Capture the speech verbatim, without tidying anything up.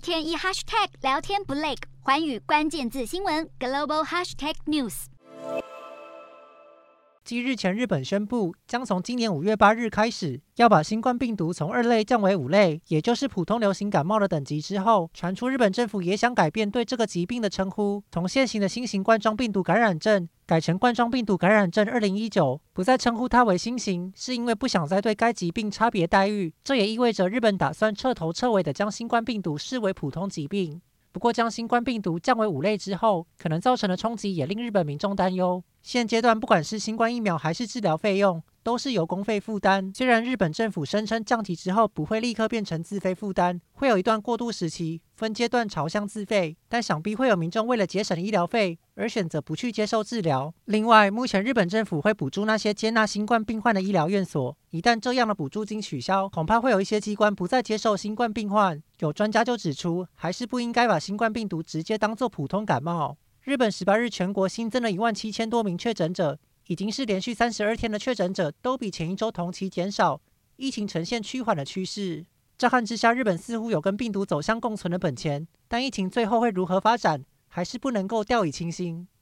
天一 hashtag 聊天不累，寰宇关键字新闻 global hashtag news。 继日前日本宣布将从今年五月八日开始，要把新冠病毒从二类降为五类，也就是普通流行感冒的等级之后，传出日本政府也想改变对这个疾病的称呼，从现行的新型冠状病毒感染症改成冠状病毒感染症二零一九，不再称呼它为新型，是因为不想再对该疾病差别待遇。这也意味着日本打算彻头彻尾的将新冠病毒视为普通疾病。不过，将新冠病毒降为五类之后，可能造成的冲击也令日本民众担忧。现阶段，不管是新冠疫苗还是治疗费用，都是由公费负担。虽然日本政府声称降级之后不会立刻变成自费负担，会有一段过渡时期，分阶段朝向自费，但想必会有民众为了节省医疗费而选择不去接受治疗。另外，目前日本政府会补助那些接纳新冠病患的医疗院所，一旦这样的补助金取消，恐怕会有一些机关不再接受新冠病患。有专家就指出，还是不应该把新冠病毒直接当作普通感冒。日本十八日全国新增了一万七千多名确诊者，已经是连续三十二天的确诊者都比前一周同期减少，疫情呈现趋缓的趋势。乍看之下，日本似乎有跟病毒走向共存的本钱，但疫情最后会如何发展，还是不能够掉以轻心。